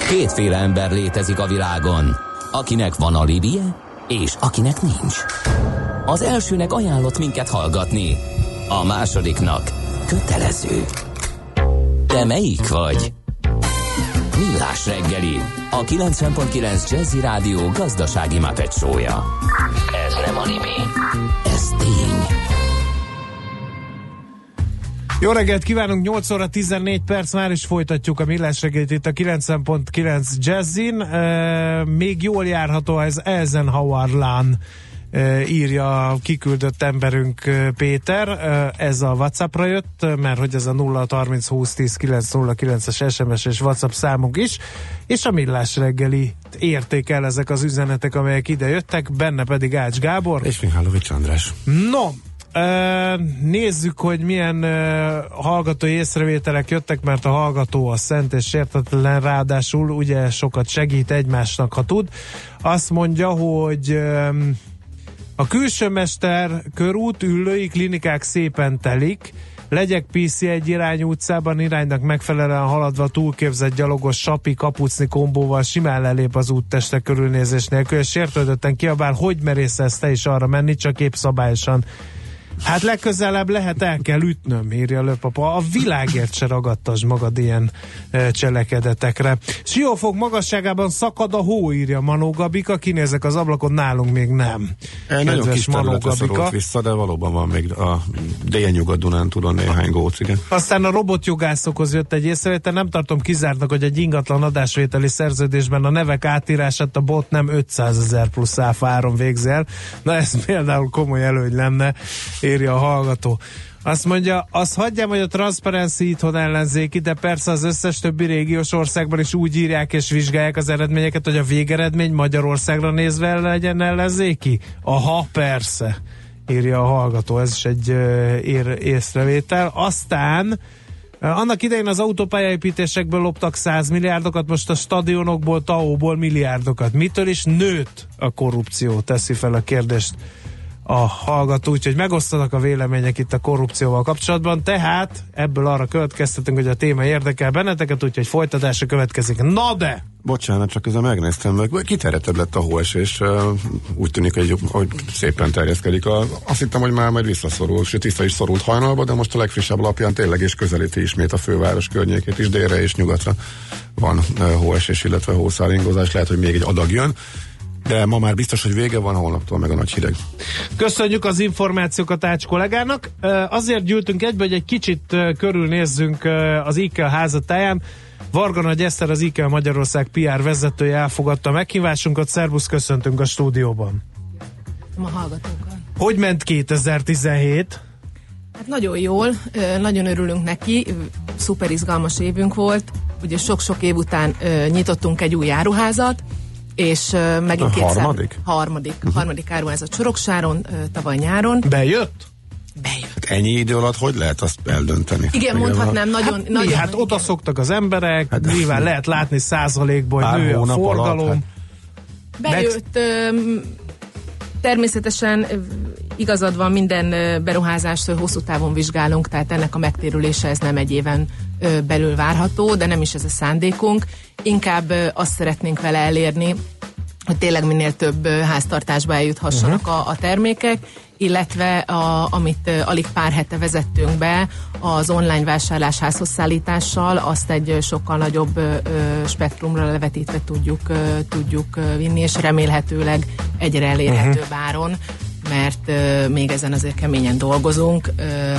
Kétféle ember létezik a világon, akinek van alibije, és akinek nincs. Az elsőnek ajánlott minket hallgatni, a másodiknak kötelező. Te melyik vagy? Millás reggeli, a 90.9 Jazzy Rádió gazdasági Muppet show-ja. Ez nem anime, ez tény. Jó reggelt kívánunk, 8 óra 14 perc, már is folytatjuk a Millás reggelit itt a 90.9 Jazzin. Még jól járható ez Eisenhower-lán, írja a kiküldött emberünk Péter. Ez a WhatsAppra jött, mert hogy ez a 030 20 10 909-es SMS és WhatsApp számunk is, és a Millás reggeli értékel ezek az üzenetek, amelyek ide jöttek, benne pedig Ács Gábor. És Mihálovics András. No, nézzük, hogy milyen hallgatói észrevételek jöttek, mert a hallgató a szent és sértetlen, ráadásul ugye sokat segít egymásnak, ha tud. Azt mondja, hogy a Külsőmester körút, Üllői klinikák szépen telik, Legyek PC egy irányú utcában iránynak megfelelően haladva túlképzett gyalogos sapi kapucni kombóval simán lelép az útteste körülnézés nélkül, és sértődötten kiabál, hogy merészelsz te is arra menni, csak épp szabályosan. Hát legközelebb lehet, el kell ütnöm, írja Lőpapa. A világért se ragadtasd magad ilyen cselekedetekre. Siófok magasságában szakad a hó, írja Manó Gabika. Kinézek az ablakon, nálunk még nem. Nagyon kis területre szorult vissza, de valóban van még a Dél-Nyugat-Dunántúlon néhány góc, igen. Aztán a robotjogászokhoz jött egy észrevétel, nem tartom kizártnak, hogy egy ingatlan adásvételi szerződésben a nevek átírását a bot nem 500 000 plusz áfáron végzi el. Na ez például komoly előny lenne, írja a hallgató. Azt mondja, azt hagyjam, hogy a Transparency itthon ellenzéki, de persze az összes többi régiós országban is úgy írják és vizsgálják az eredményeket, hogy a végeredmény Magyarországra nézve legyen ellenzéki? Aha, persze, írja a hallgató. Ez is egy észrevétel. Aztán annak idején az autópályaépítésekből loptak 100 milliárdokat, most a stadionokból, TAO-ból milliárdokat. Mitől is nőtt a korrupció? Teszi fel a kérdést a hallgató, úgyhogy megosztanak a vélemények itt a korrupcióval kapcsolatban, tehát ebből arra következtetünk, hogy a téma érdekel benneteket, úgyhogy folytatása következik. Na de! Bocsánat, csak ezzel megnéztem meg, kiterjedtebb lett a hóesés, úgy tűnik, hogy szépen terjeszkedik. Azt hittem, hogy már majd visszaszorul, sőt vissza is szorult hajnalba, de most a legfrissebb lapján tényleg is közelíti ismét a főváros környékét is, délre és nyugatra van hóesés, illetve hószálingozás, lehet, hogy még egy adag jön. De ma már biztos, hogy vége van, holnaptól meg a nagy hideg. Köszönjük az információkat Ács kollégának. Azért gyűltünk egybe, hogy egy kicsit körülnézzünk az IKEA házatáján. Varga Nagy Eszter, az IKEA Magyarország PR vezetője elfogadta a meghívásunkat. Szervusz, köszöntünk a stúdióban. A hallgatókat. Hogy ment 2017? Hát nagyon jól, nagyon örülünk neki, szuper izgalmas évünk volt. Ugye sok-sok év után nyitottunk egy új áruházat, és megint harmadik áruházat Soroksáron, tavaly nyáron. Bejött? Bejött. Hát ennyi idő alatt hogy lehet azt eldönteni? Igen, mondhatnám, nagyon. Hát oda szoktak az emberek, hát nyilván lehet látni százalékból, hogy nő a forgalom. Alatt, Bejött, természetesen igazad van, minden beruházást hosszú távon vizsgálunk, tehát ennek a megtérülése ez nem egy éven belül várható, de nem is ez a szándékunk. Inkább azt szeretnénk vele elérni, hogy tényleg minél több háztartásba eljuthassanak a termékek, illetve amit alig pár hete vezettünk be, az online vásárlás házhozszállítással, azt egy sokkal nagyobb spektrumra levetítve tudjuk vinni, és remélhetőleg egyre elérhetőbb áron, mert még ezen azért keményen dolgozunk.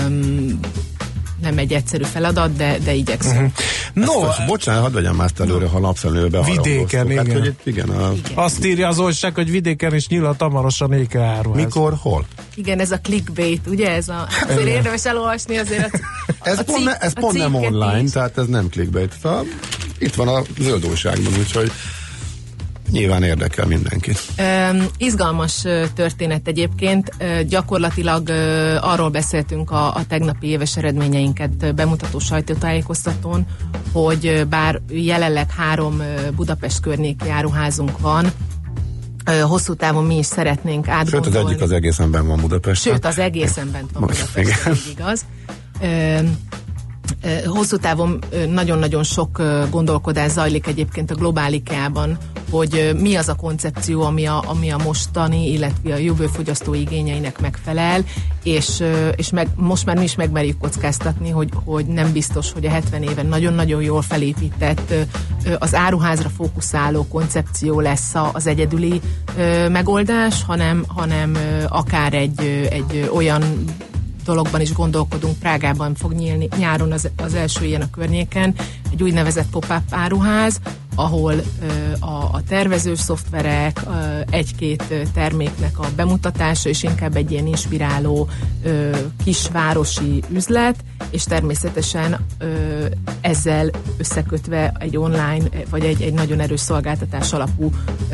Nem egy egyszerű feladat, de igyekszünk. Bocsánat, hadd vegyem ezt előre, ha napfelőbe Vidéken, igen. Hát, hogy igen azt írja az újság, hogy vidéken is nyilat hamarosan IKEA áruház. Mikor, hol? Igen, ez a clickbait, ugye? Ez azért érdemes elolvasni azért ez pont nem online, is. Tehát ez nem clickbait. Itt van a zöld újságban, úgyhogy nyilván érdekel mindenkit. Izgalmas történet egyébként. Gyakorlatilag arról beszéltünk a tegnapi éves eredményeinket bemutató sajtótájékoztatón, hogy bár jelenleg 3 Budapest környéki áruházunk van, hosszú távon mi is szeretnénk átgondolni. Sőt, az egyik az egészen benn van Budapesten. Sőt, az egészen bent van Budapesten, igaz. hosszú távon nagyon-nagyon sok gondolkodás zajlik egyébként a Globál IKEA-ban, hogy mi az a koncepció, ami a mostani, illetve a jövő fogyasztó igényeinek megfelel, és most már mi is megmerjük kockáztatni, hogy nem biztos, hogy a 70 éven nagyon-nagyon jól felépített, az áruházra fókuszáló koncepció lesz az egyedüli megoldás, hanem akár egy olyan dologban is gondolkodunk, Prágában fog nyílni nyáron az első ilyen a környéken, egy úgynevezett pop-up áruház, ahol a tervezős szoftverek, egy-két terméknek a bemutatása, és inkább egy ilyen inspiráló kisvárosi üzlet, és természetesen ezzel összekötve egy online, vagy egy nagyon erős szolgáltatás alapú.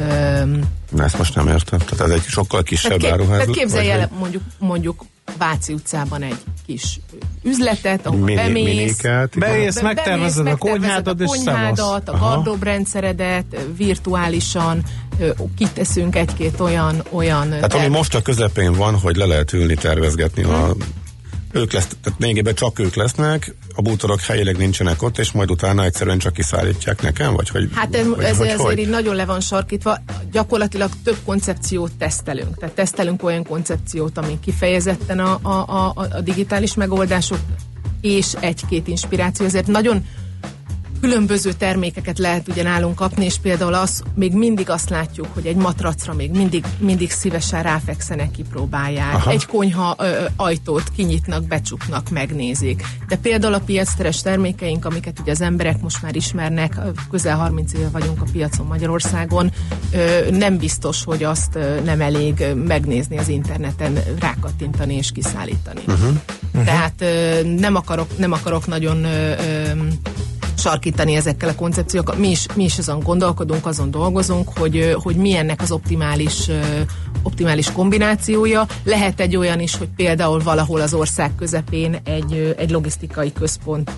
Ezt most nem értem. Tehát ez egy sokkal kisebb áruház. Tehát képzelj el mondjuk Váci utcában egy kis üzletet, ahol bemész, megtervezed a konyhádat, és a gardróbrendszeredet, virtuálisan kiteszünk egy-két olyan tehát ami most a közepén van, hogy le lehet ülni, tervezgetni ők lesz, tehát lényegében csak ők lesznek, a bútorok helyileg nincsenek ott, és majd utána egyszerűen csak kiszállítják nekem, vagy hogy? Hát ezért így nagyon le van sarkítva, gyakorlatilag több koncepciót tesztelünk. Tehát tesztelünk olyan koncepciót, ami kifejezetten a digitális megoldások, és egy-két inspiráció, ezért nagyon különböző termékeket lehet ugye nálunk kapni, és például még mindig azt látjuk, hogy egy matracra még mindig szívesen ráfekszenek, kipróbálják. Aha. Egy konyha ajtót kinyitnak, becsuknak, megnézik. De például a piacteres termékeink, amiket ugye az emberek most már ismernek, közel 30 éve vagyunk a piacon Magyarországon, nem biztos, hogy azt nem elég megnézni az interneten, rákattintani és kiszállítani. Tehát nem akarok nagyon sarkítani ezekkel a koncepciókkal. Mi is azon gondolkodunk, azon dolgozunk, hogy mi ennek az optimális kombinációja. Lehet egy olyan is, hogy például valahol az ország közepén egy logisztikai központ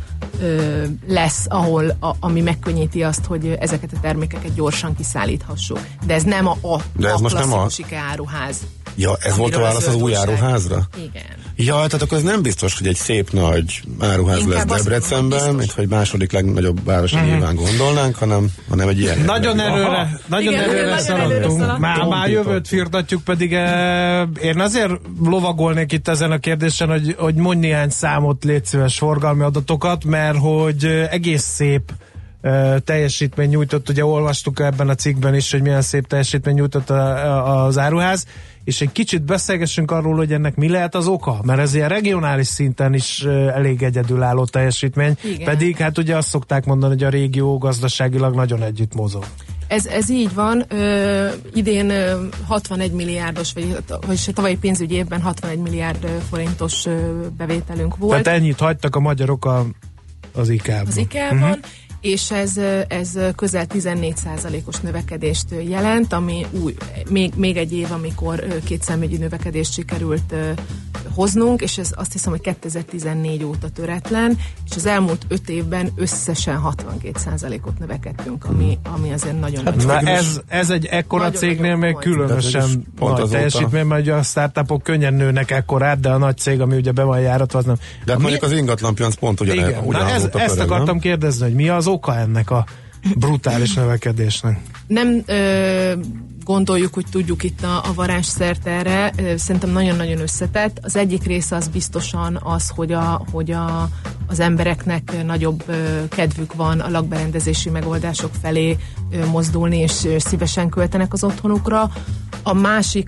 lesz, ami megkönnyíti azt, hogy ezeket a termékeket gyorsan kiszállíthassuk. De ez nem a klasszikus IKEA áruház. Ja, ez volt a válasz az új áruházra? Igen. Ja, tehát akkor ez nem biztos, hogy egy szép nagy áruház inkább lesz Debrecenben, mint hogy második legnagyobb városi nyilván gondolnánk, hanem egy ilyen. Nagyon erőre szaladtunk. Már jövőt firtatjuk, pedig én azért lovagolnék itt ezen a kérdésen, hogy mondj néhány számot, légy szíves forgalmi adatokat, mert hogy egész szép teljesítmény nyújtott, ugye olvastuk ebben a cikkben is, hogy milyen szép teljesítmény nyújtott az áruház, és egy kicsit beszélgessünk arról, hogy ennek mi lehet az oka, mert ez ilyen regionális szinten is elég egyedülálló teljesítmény, igen. Pedig hát ugye azt szokták mondani, hogy a régió gazdaságilag nagyon együtt mozog. Ez így van. Idén 61 milliárdos, vagy tavalyi pénzügyi évben 61 milliárd forintos bevételünk volt. Tehát ennyit hagytak a magyarok az IKEA-ban. Az IKEA-ban, és ez közel 14%-os növekedést jelent, ami még egy év, amikor kétszámjegyű növekedést sikerült hoznunk, és ez azt hiszem, hogy 2014 óta töretlen, és az elmúlt 5 évben összesen 62%-ot növekedtünk, ami azért nagyon nagy. Ez egy ekkora cégnél még különösen nagy teljesítmény, mert ugye a startupok könnyen nőnek ekkorát, de a nagy cég, ami ugye be van járatva, az nem. De hát mondjuk az ingatlanpiac pont ugyanaz. Ezt akartam kérdezni, hogy mi az oka ennek a brutális növekedésnek? Nem gondoljuk, hogy tudjuk itt a varázsszert erre. Szerintem nagyon-nagyon összetett. Az egyik része az biztosan az, hogy az embereknek nagyobb kedvük van a lakberendezési megoldások felé mozdulni, és szívesen költenek az otthonukra. A másik,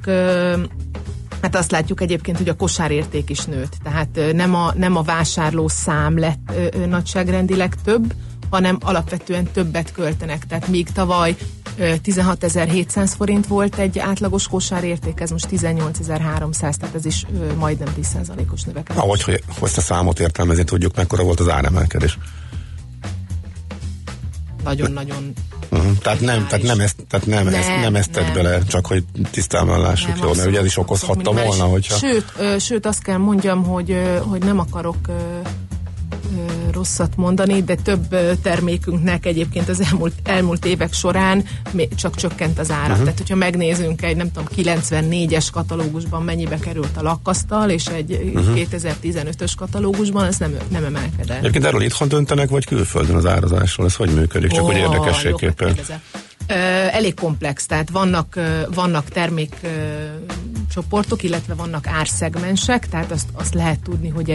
hát azt látjuk egyébként, hogy a kosárérték is nőtt. Tehát nem a vásárló szám lett nagyságrendileg több, hanem alapvetően többet költenek. Tehát míg tavaly 16.700 forint volt egy átlagos kosárérték, ez most 18.300, tehát ez is majdnem 10%-os növekedés. Ahogy hogy ezt a számot értelmezni tudjuk, mekkora volt az áremelkedés. Nagyon-nagyon. Tehát nem ezt tett bele, csak hogy tisztában lássuk jól, mert ugye ez is okozhatta volna, hogyha... Sőt, azt kell mondjam, hogy nem akarok rosszat mondani, de több termékünknek egyébként az elmúlt évek során csak csökkent az ára. Tehát, hogyha megnézünk egy, nem tudom, 94-es katalógusban mennyibe került a lakkasztal, és egy 2015-ös katalógusban, ez nem emelkedett. Egyébként erről itthon döntenek, vagy külföldön az árazásról? Ez hogy működik? Csak hogy érdekességképpen. Elég komplex, tehát vannak termékcsoportok, illetve vannak árszegmensek, tehát azt lehet tudni, hogy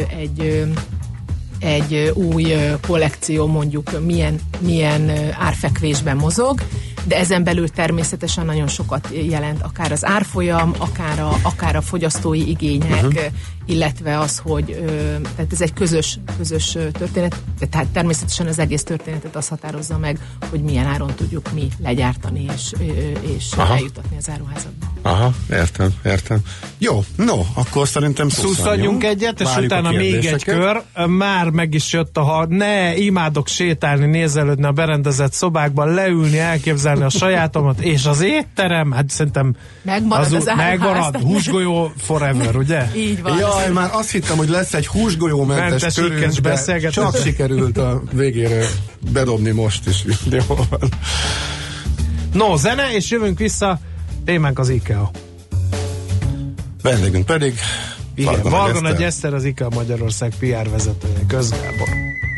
egy új kollekció mondjuk milyen árfekvésben mozog, de ezen belül természetesen nagyon sokat jelent akár az árfolyam, akár a fogyasztói igények, illetve az, hogy tehát ez egy közös történet, tehát természetesen az egész történetet az határozza meg, hogy milyen áron tudjuk mi legyártani és eljutatni az áruházakba. Aha, értem. Jó, no, akkor szerintem szusszanjunk egyet, és utána még egy kör. Már meg is jött imádok sétálni, nézelődni a berendezett szobákban, leülni, elképzelni a sajátomat, és az étterem, hát szerintem megmarad, húsgolyó forever, ugye? Így van. Jaj, már azt hittem, hogy lesz egy húsgolyómentes körünk, de csak sikerült a végére bedobni most is. No, zene, és jövünk vissza, témánk az IKEA. Vendégünk pedig Varga Nagy Eszter, az IKEA Magyarország PR vezetője. Kösz Gábor.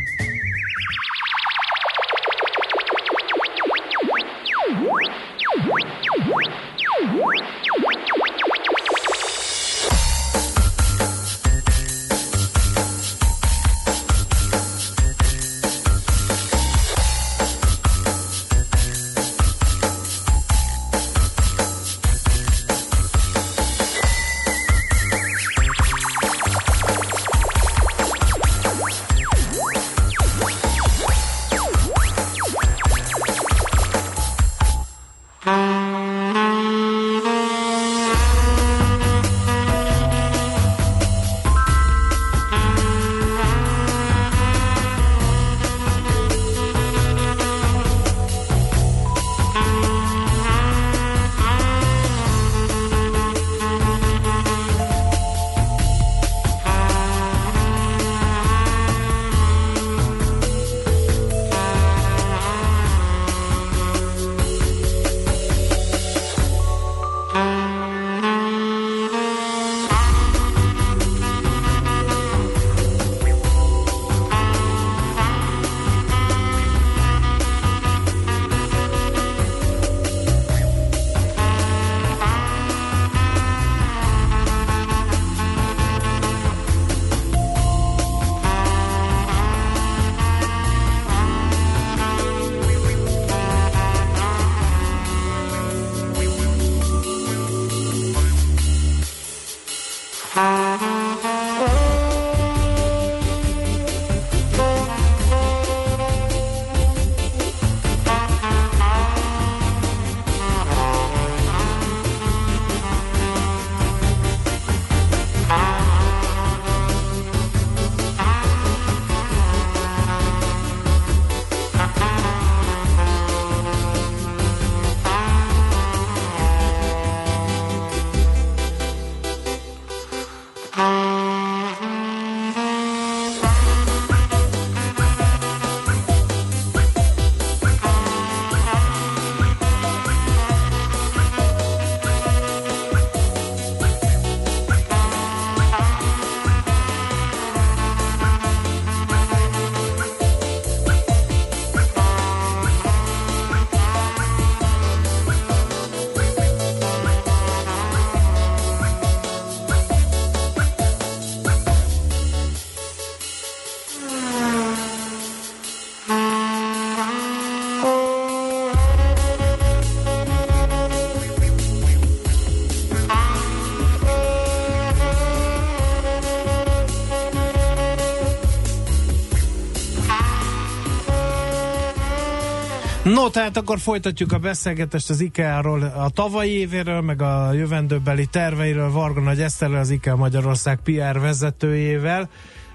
No, tehát akkor folytatjuk a beszélgetést az IKEA-ról, a tavalyi évéről, meg a jövendőbeli terveiről, Varga Nagy Eszterrel, az IKEA Magyarország PR vezetőjével.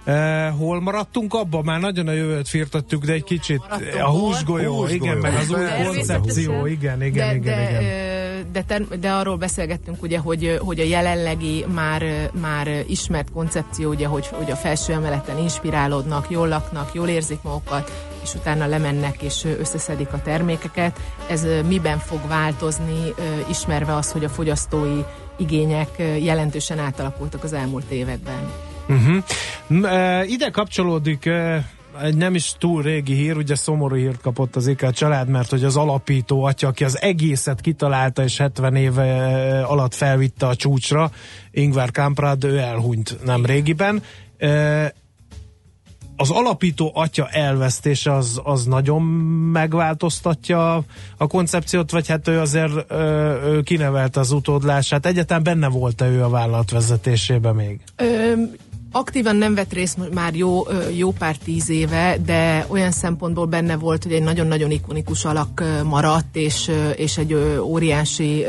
Hol maradtunk abban? Már nagyon a jövőt firtattuk, de egy kicsit a húsgolyó, igen, meg az új koncepció, igen. de arról beszélgettünk ugye, hogy a jelenlegi már ismert koncepció, ugye, hogy a felső emeleten inspirálódnak, jól laknak, jól érzik magukat, és utána lemennek és összeszedik a termékeket. Ez miben fog változni, ismerve az, hogy a fogyasztói igények jelentősen átalakultak az elmúlt években. Ide kapcsolódik egy nem is túl régi hír, ugye szomorú hírt kapott az IKEA család, mert hogy az alapító atya, aki az egészet kitalálta és 70 éve alatt felvitte a csúcsra, Ingvar Kamprad, ő elhunyt nem régiben. Az alapító atya elvesztése az nagyon megváltoztatja a koncepciót, vagy hát ő azért ő kinevelte az utódlását. Egyáltalán benne volt-e ő a vállalat vezetésében még? Aktívan nem vett részt már jó pár 10 éve, de olyan szempontból benne volt, hogy egy nagyon-nagyon ikonikus alak maradt, és egy óriási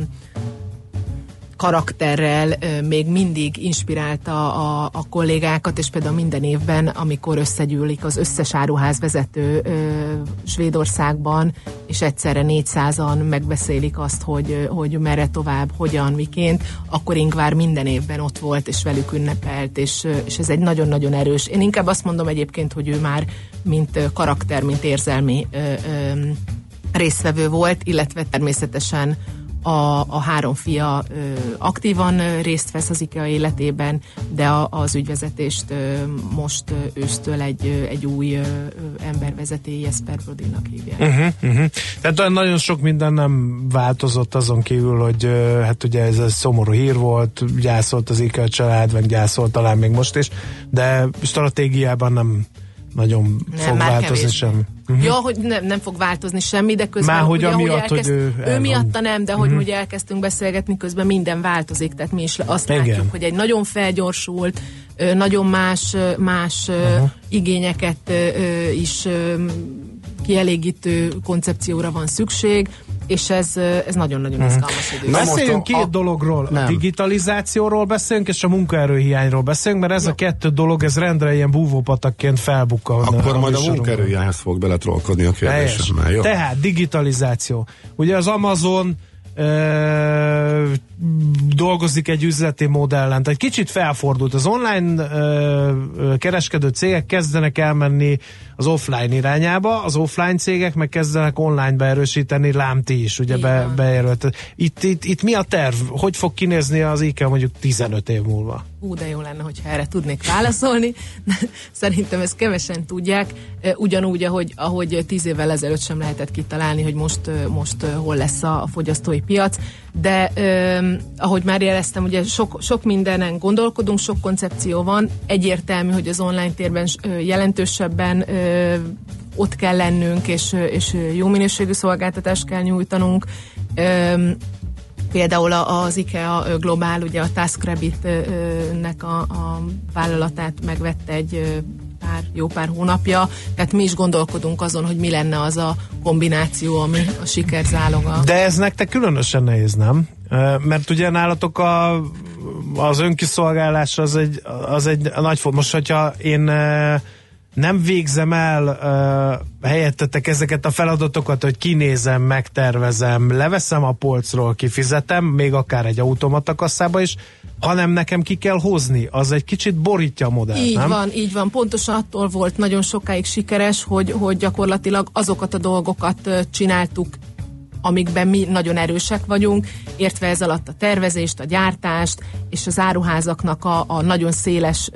karakterrel még mindig inspirálta a kollégákat, és például minden évben, amikor összegyűlik az összes áruházvezető Svédországban, és egyszerre 400-an megbeszélik azt, hogy merre tovább, hogyan, miként, akkor Ingvar minden évben ott volt, és velük ünnepelt, és ez egy nagyon-nagyon erős. Én inkább azt mondom egyébként, hogy ő már mint karakter, mint érzelmi résztvevő volt, őilletve természetesen a 3 fia aktívan részt vesz az IKEA életében, de az ügyvezetést most ősztől egy új ember vezeti, Jesper Brodinnak hívják. Tehát nagyon sok minden nem változott azon kívül, hogy hát ugye ez szomorú hír volt, gyászolt az IKEA család, vagy gyászolt talán még most is, de stratégiában nem nagyon fog változni semmi. Ja, hogy nem fog változni semmi, de közben már hogy ugye, amiatt, hogy ő miatta nem, de hogy ugye elkezdtünk beszélgetni, közben minden változik, tehát mi is azt látjuk, hogy egy nagyon felgyorsult, nagyon más igényeket is kielégítő koncepcióra van szükség, és ez nagyon-nagyon izgalmas idő. Beszéljünk két dologról, a digitalizációról beszélünk, és a munkaerőhiányról beszélünk, mert ez a kettő dolog, ez rendre ilyen búvópatakként felbukkan. Akkor majd a munkaerőhiányhoz fog beletrollkodni a kérdésemmel, jó? Tehát digitalizáció. Ugye az Amazon dolgozik egy üzleti modellen, tehát kicsit felfordult. Az online kereskedő cégek kezdenek elmenni az offline irányába, az offline cégek meg kezdenek online beerősíteni, lám ti is, ugye bejelölt. Itt mi a terv? Hogy fog kinézni az IKEA mondjuk 15 év múlva? De jó lenne, hogyha erre tudnék válaszolni. Szerintem ezt kevesen tudják, ugyanúgy, ahogy 10 évvel ezelőtt sem lehetett kitalálni, hogy most hol lesz a fogyasztói piac, de ahogy már jeleztem, ugye sok mindenen gondolkodunk, sok koncepció van, egyértelmű, hogy az online térben jelentősebben ott kell lennünk, és jó minőségű szolgáltatást kell nyújtanunk. Például az IKEA Global, ugye a TaskRabbit-nek a vállalatát megvette egy jó pár hónapja, tehát mi is gondolkodunk azon, hogy mi lenne az a kombináció, ami a siker záloga. De ez nektek különösen nehéz, nem? Mert ugye nálatok az önkiszolgálás az egy nagy most, hogyha én nem végzem el helyettetek ezeket a feladatokat, hogy kinézem, megtervezem, leveszem a polcról, kifizetem, még akár egy automatakasszába is, hanem nekem ki kell hozni, az egy kicsit borítja a modellt, nem? Így van. Pontosan attól volt nagyon sokáig sikeres, hogy gyakorlatilag azokat a dolgokat csináltuk, amikben mi nagyon erősek vagyunk, értve ez alatt a tervezést, a gyártást, és az áruházaknak a nagyon széles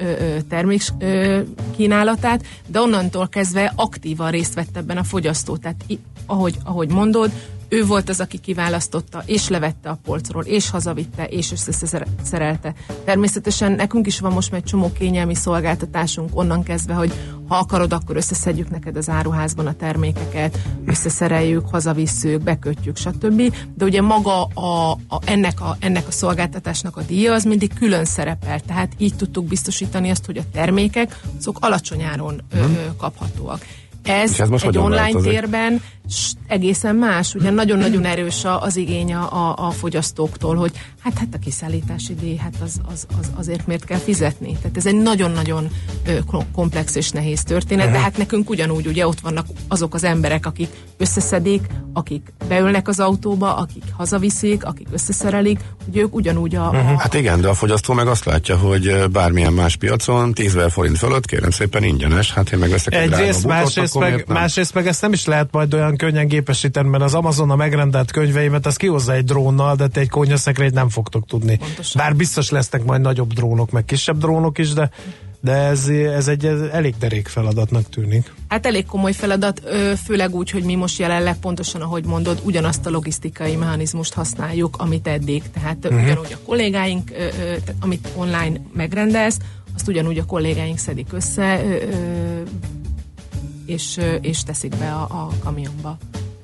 termékkínálatát, de onnantól kezdve aktívan részt vett ebben a fogyasztó. Tehát ahogy mondod, ő volt az, aki kiválasztotta, és levette a polcról, és hazavitte, és összeszerelte. Természetesen nekünk is van most már egy csomó kényelmi szolgáltatásunk, onnan kezdve, hogy ha akarod, akkor összeszedjük neked az áruházban a termékeket, összeszereljük, hazavisszük, bekötjük, stb. De ugye maga ennek a szolgáltatásnak a díja az mindig külön szerepel, tehát így tudtuk biztosítani azt, hogy a termékek azok alacsony áron kaphatóak. Ez egy online térben egészen más. Ugye nagyon-nagyon erős az igény a fogyasztóktól, hogy hát a kiszállítási díj, hát azért miért kell fizetni. Tehát ez egy nagyon-nagyon komplex és nehéz történet, de hát nekünk ugyanúgy, ugye ott vannak azok az emberek, akik összeszedik, akik beülnek az autóba, akik hazaviszik, akik összeszerelik, hogy ők ugyanúgy Hát igen, de a fogyasztó meg azt látja, hogy bármilyen más piacon 10 000 forint fölött kérem szépen ingyenes, hát én meg veszek egy drága butot, másrészt meg ezt nem is lehet majd olyan könnyen gépesíteni, mert az Amazon a megrendelt könyveimet az kihozza egy drónnal, de te egy konyhaszekrényt nem fogtok tudni. Pontosan. Bár biztos lesznek majd nagyobb drónok, meg kisebb drónok is, de ez egy elég derék feladatnak tűnik. Hát elég komoly feladat, főleg úgy, hogy mi most jelenleg pontosan, ahogy mondod, ugyanazt a logisztikai mechanizmust használjuk, amit eddig. Tehát ugyanúgy a kollégáink, amit online megrendelsz, azt ugyanúgy a kollégáink szedik össze, és teszik be a kamionba.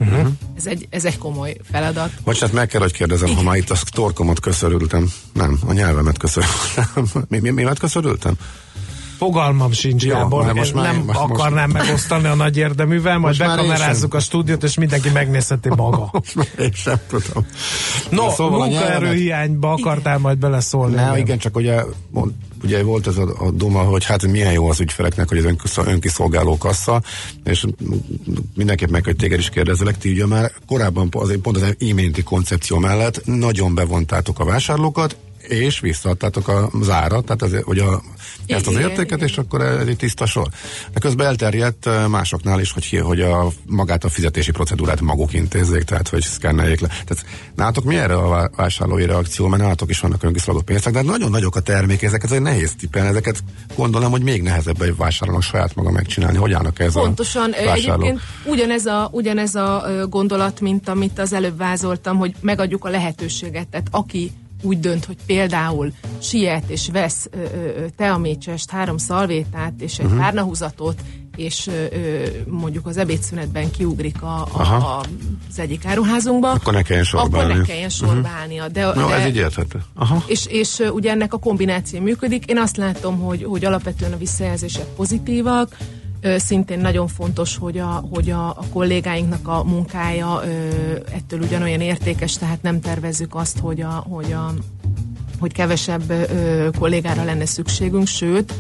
Ez egy komoly feladat. Bocsánat, meg kell, hogy kérdezem, ha már itt a torkomat köszörültem. Nem, a nyelvemet köszörültem. Mimet köszörültem? Fogalmam sincs, Gábor. Most nem akarnám megosztani a nagy érdeművel, majd bekamerázzuk a stúdiót, és mindenki megnézheti maga. Én sem tudom. No, szóval munkaerőhiányba akartál majd beleszólni. Igen, csak ugye volt ez a duma, hogy hát milyen jó az ügyfeleknek, hogy ez önkiszolgáló kassa, és mindenképp meg, hogy téged is kérdezzelek, ti ugye már korábban pont az iménti koncepció mellett nagyon bevontátok a vásárlókat, és visszaadtátok az árat, tehát ezt az értéket, és akkor ez egy tiszta sor. De közben elterjedt másoknál is, hogy magát a fizetési procedúrát maguk intézzék, tehát hogy szkenneljék le. Tehát nálatok mi erre a vásárlói reakció, mert nálatok is vannak önkiszolgáló pénzek, de nagyon nagyok a termék, ezeket egy nehéz tippelni, ezeket gondolom, hogy még nehezebb egy vásárlónak saját maga megcsinálni. Hogy állnak ez pontosan, a vásárló? Egyébként ugyanez a gondolat, mint amit az előbb vázoltam, hogy megadjuk a lehetőséget, tehát aki úgy dönt, hogy például siet és vesz teamécsest, 3 szalvétát és egy párnahúzatot, és mondjuk az ebédszünetben kiugrik az egyik áruházunkba, akkor ne kelljen sorba állnia. Ez így érthető. És ugye ennek a kombináció működik. Én azt látom, hogy alapvetően a visszajelzések pozitívak. Szintén nagyon fontos, hogy a kollégáinknak a munkája ettől ugyanolyan értékes, tehát nem tervezzük azt, hogy kevesebb kollégára lenne szükségünk, sőt,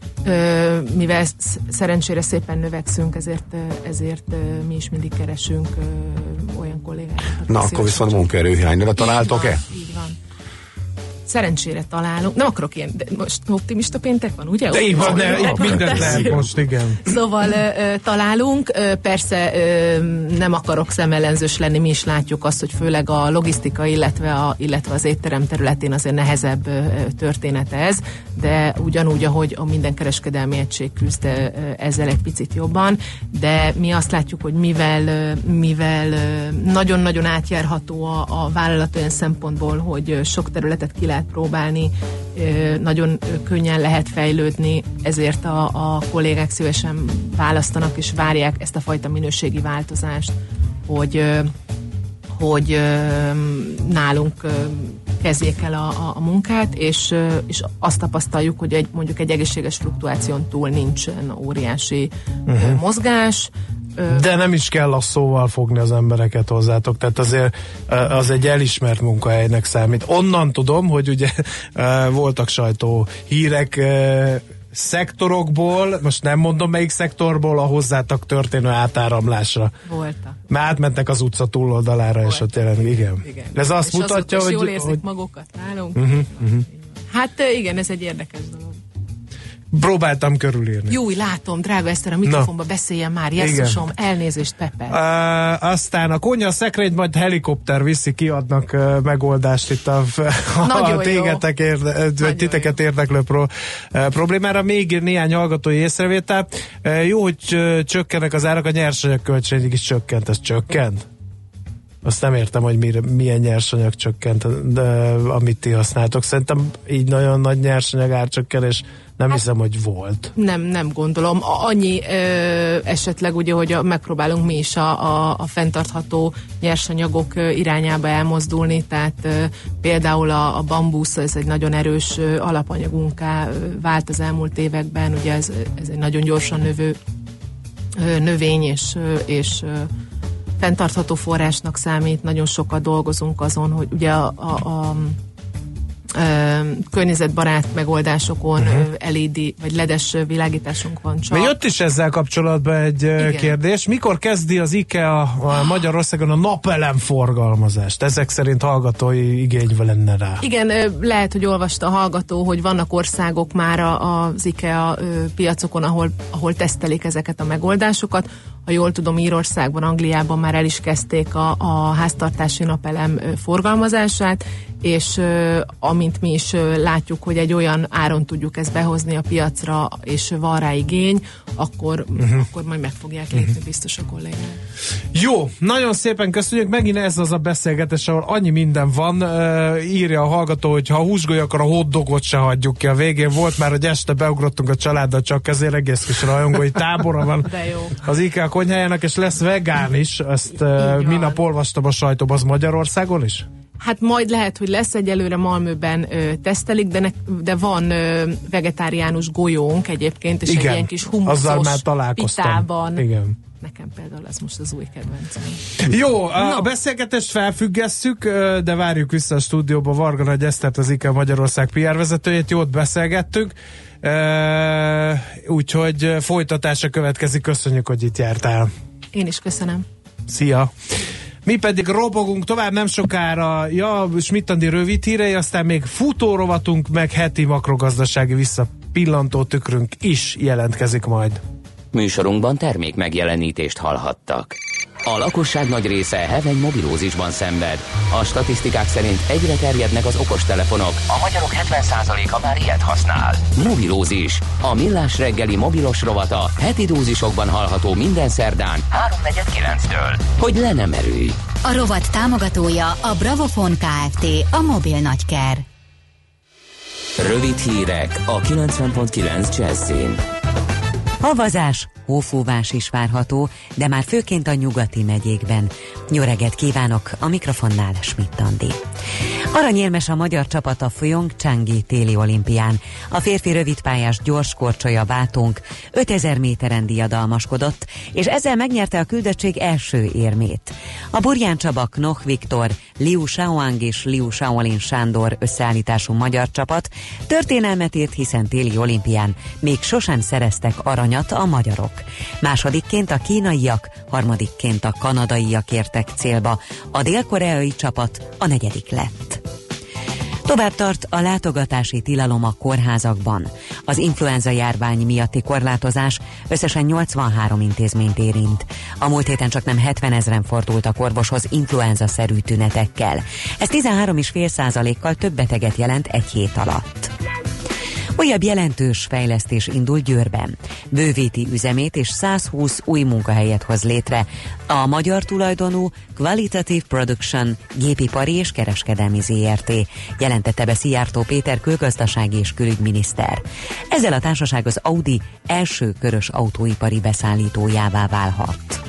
mivel szerencsére szépen növekszünk, ezért mi is mindig keresünk olyan kollégákat. Na, akkor viszont munkaerőhiányra találtok-e? Így van. Szerencsére találunk. Nem akarok ilyen, de most optimista péntek van, ugye? De így van, de itt mindent lehet most, igen. Szóval találunk, persze nem akarok szemellenzős lenni, mi is látjuk azt, hogy főleg a logisztika, illetve az étterem területén azért nehezebb történet ez, de ugyanúgy, ahogy a minden kereskedelmi egység küzd ezzel egy picit jobban, de mi azt látjuk, hogy mivel nagyon-nagyon átjárható a vállalat olyan szempontból, hogy sok területet ki lehet próbálni, nagyon könnyen lehet fejlődni, ezért a kollégák szívesen választanak és várják ezt a fajta minőségi változást, hogy nálunk kezdjék el a munkát, és azt tapasztaljuk, hogy mondjuk egy egészséges fluktuáción túl nincsen óriási mozgás. De nem is kell a szóval fogni az embereket hozzátok, tehát azért az egy elismert munkahelynek számít. Onnan tudom, hogy ugye voltak sajtó hírek szektorokból, most nem mondom melyik szektorból, a hozzátok történő átáramlásra. Voltak. Már átmentek az utca túloldalára, és ott tényleg, igen. Ez azt és mutatja, hogy... jól érzik magukat nálunk. Hát igen, ez egy érdekes dolog. Próbáltam körülírni. Jó, látom, drága Eszter, a mikrofonba beszéljen már, Jesszusom, elnézést, Pepe. Aztán a konyha szekrényt majd helikopter viszi, kiadnak megoldást itt a titeket érdeklő problémára. Még néhány hallgatói észrevétel. Jó, hogy csökkennek az árak, a nyersanyag költségek is csökkent. Ez csökkent? Azt nem értem, hogy milyen nyersanyag csökkent, de amit ti használtok. Szerintem így nagyon nagy nyersanyag árcsökkenés nem hiszem, hogy volt. Nem gondolom. Annyi esetleg ugye, hogy megpróbálunk mi is a fenntartható nyersanyagok irányába elmozdulni, tehát például a bambusz, ez egy nagyon erős alapanyagunká vált az elmúlt években, ugye ez egy nagyon gyorsan növő növény, és fenntartható forrásnak számít, nagyon sokat dolgozunk azon, hogy ugye a környezetbarát megoldásokon LED vagy LED-es világításunk van csak. Jött is ezzel kapcsolatban egy kérdés. Mikor kezdi az IKEA Magyarországon a napelem forgalmazást? Ezek szerint hallgatói igény lenne rá. Igen, lehet, hogy olvasta a hallgató, hogy vannak országok már az IKEA piacokon, ahol tesztelik ezeket a megoldásokat. Ha jól tudom, Írországban, Angliában már el is kezdték a háztartási napelem forgalmazását, és amint mi is látjuk, hogy egy olyan áron tudjuk ezt behozni a piacra, és van rá igény, akkor majd meg fogják lépni biztos a kollégák. Jó, nagyon szépen köszönjük, megint ez az a beszélgetés, ahol annyi minden van. Írja a hallgató, hogy ha húsgolya, akkor a hotdogot se hagyjuk ki. A végén volt már, hogy este beugrottunk a családdal, csak ezért egész kis rajongói tábora van az IKEA konyhájának, és lesz vegán is. Ezt minap olvastam a sajtóban, az Magyarországon is? Hát majd lehet, hogy lesz, egyelőre Malmöben tesztelik, de van vegetáriánus golyónk egyébként, és igen, egy ilyen kis humuszos pitában. Igen. Nekem például ez most az új kedvencem. Jó, a beszélgetést felfüggesszük, de várjuk vissza a stúdióba Varga Nagy Esztert, az IKEA Magyarország PR vezetőjét, jót beszélgettünk, úgyhogy folytatása következik, köszönjük, hogy itt jártál. Én is köszönöm. Szia! Mi pedig robogunk tovább, nem sokára Schmidt-Andi rövid hírei, aztán még futórovatunk, meg heti makrogazdasági visszapillantó tükrünk is jelentkezik majd. Műsorunkban termék megjelenítést hallhattak. A lakosság nagy része heveny mobilózisban szenved. A statisztikák szerint egyre terjednek az okostelefonok. A magyarok 70%-a már ilyet használ. Mobilózis. A Millás reggeli mobilos rovata heti dózisokban hallható minden szerdán 3:49-től. Hogy le nem erőj. A rovat támogatója a Bravofon Kft. A mobil nagyker. Rövid hírek a 90.9 Jazzin. Havazás, hófúvás is várható, de már főként a nyugati megyékben. Jó reggelt kívánok, a mikrofonnál Schmidt-Andi. Aranyérmes a magyar csapat a Pyeongchangi téli olimpián. A férfi rövidpályás gyorskorcsolya Bátunk 5000 méteren diadalmaskodott, és ezzel megnyerte a küldöttség első érmét. A Burján Csaba, Knoch Viktor, Liu Shaoang és Liu Shaolin Sándor összeállítású magyar csapat történelmet írt, hiszen téli olimpián még sosem szereztek aranyat a magyarok. Másodikként a kínaiak, harmadikként a kanadaiak értek célba, a dél-koreai csapat a negyedik lett. Tovább tart a látogatási tilalom a kórházakban. Az influenza járvány miatti korlátozás összesen 83 intézményt érint. A múlt héten csaknem 70 000 fordultak orvoshoz influenza-szerű tünetekkel. Ez 13,5%-kal több beteget jelent egy hét alatt. Újabb jelentős fejlesztés indul Győrben. Bővíti üzemét és 120 új munkahelyet hoz létre a magyar tulajdonú Qualitative Production gépipari és kereskedelmi ZRT, jelentette be Szijjártó Péter külgazdasági és külügyminiszter. Ezzel a társaság az Audi első körös autóipari beszállítójává válhat.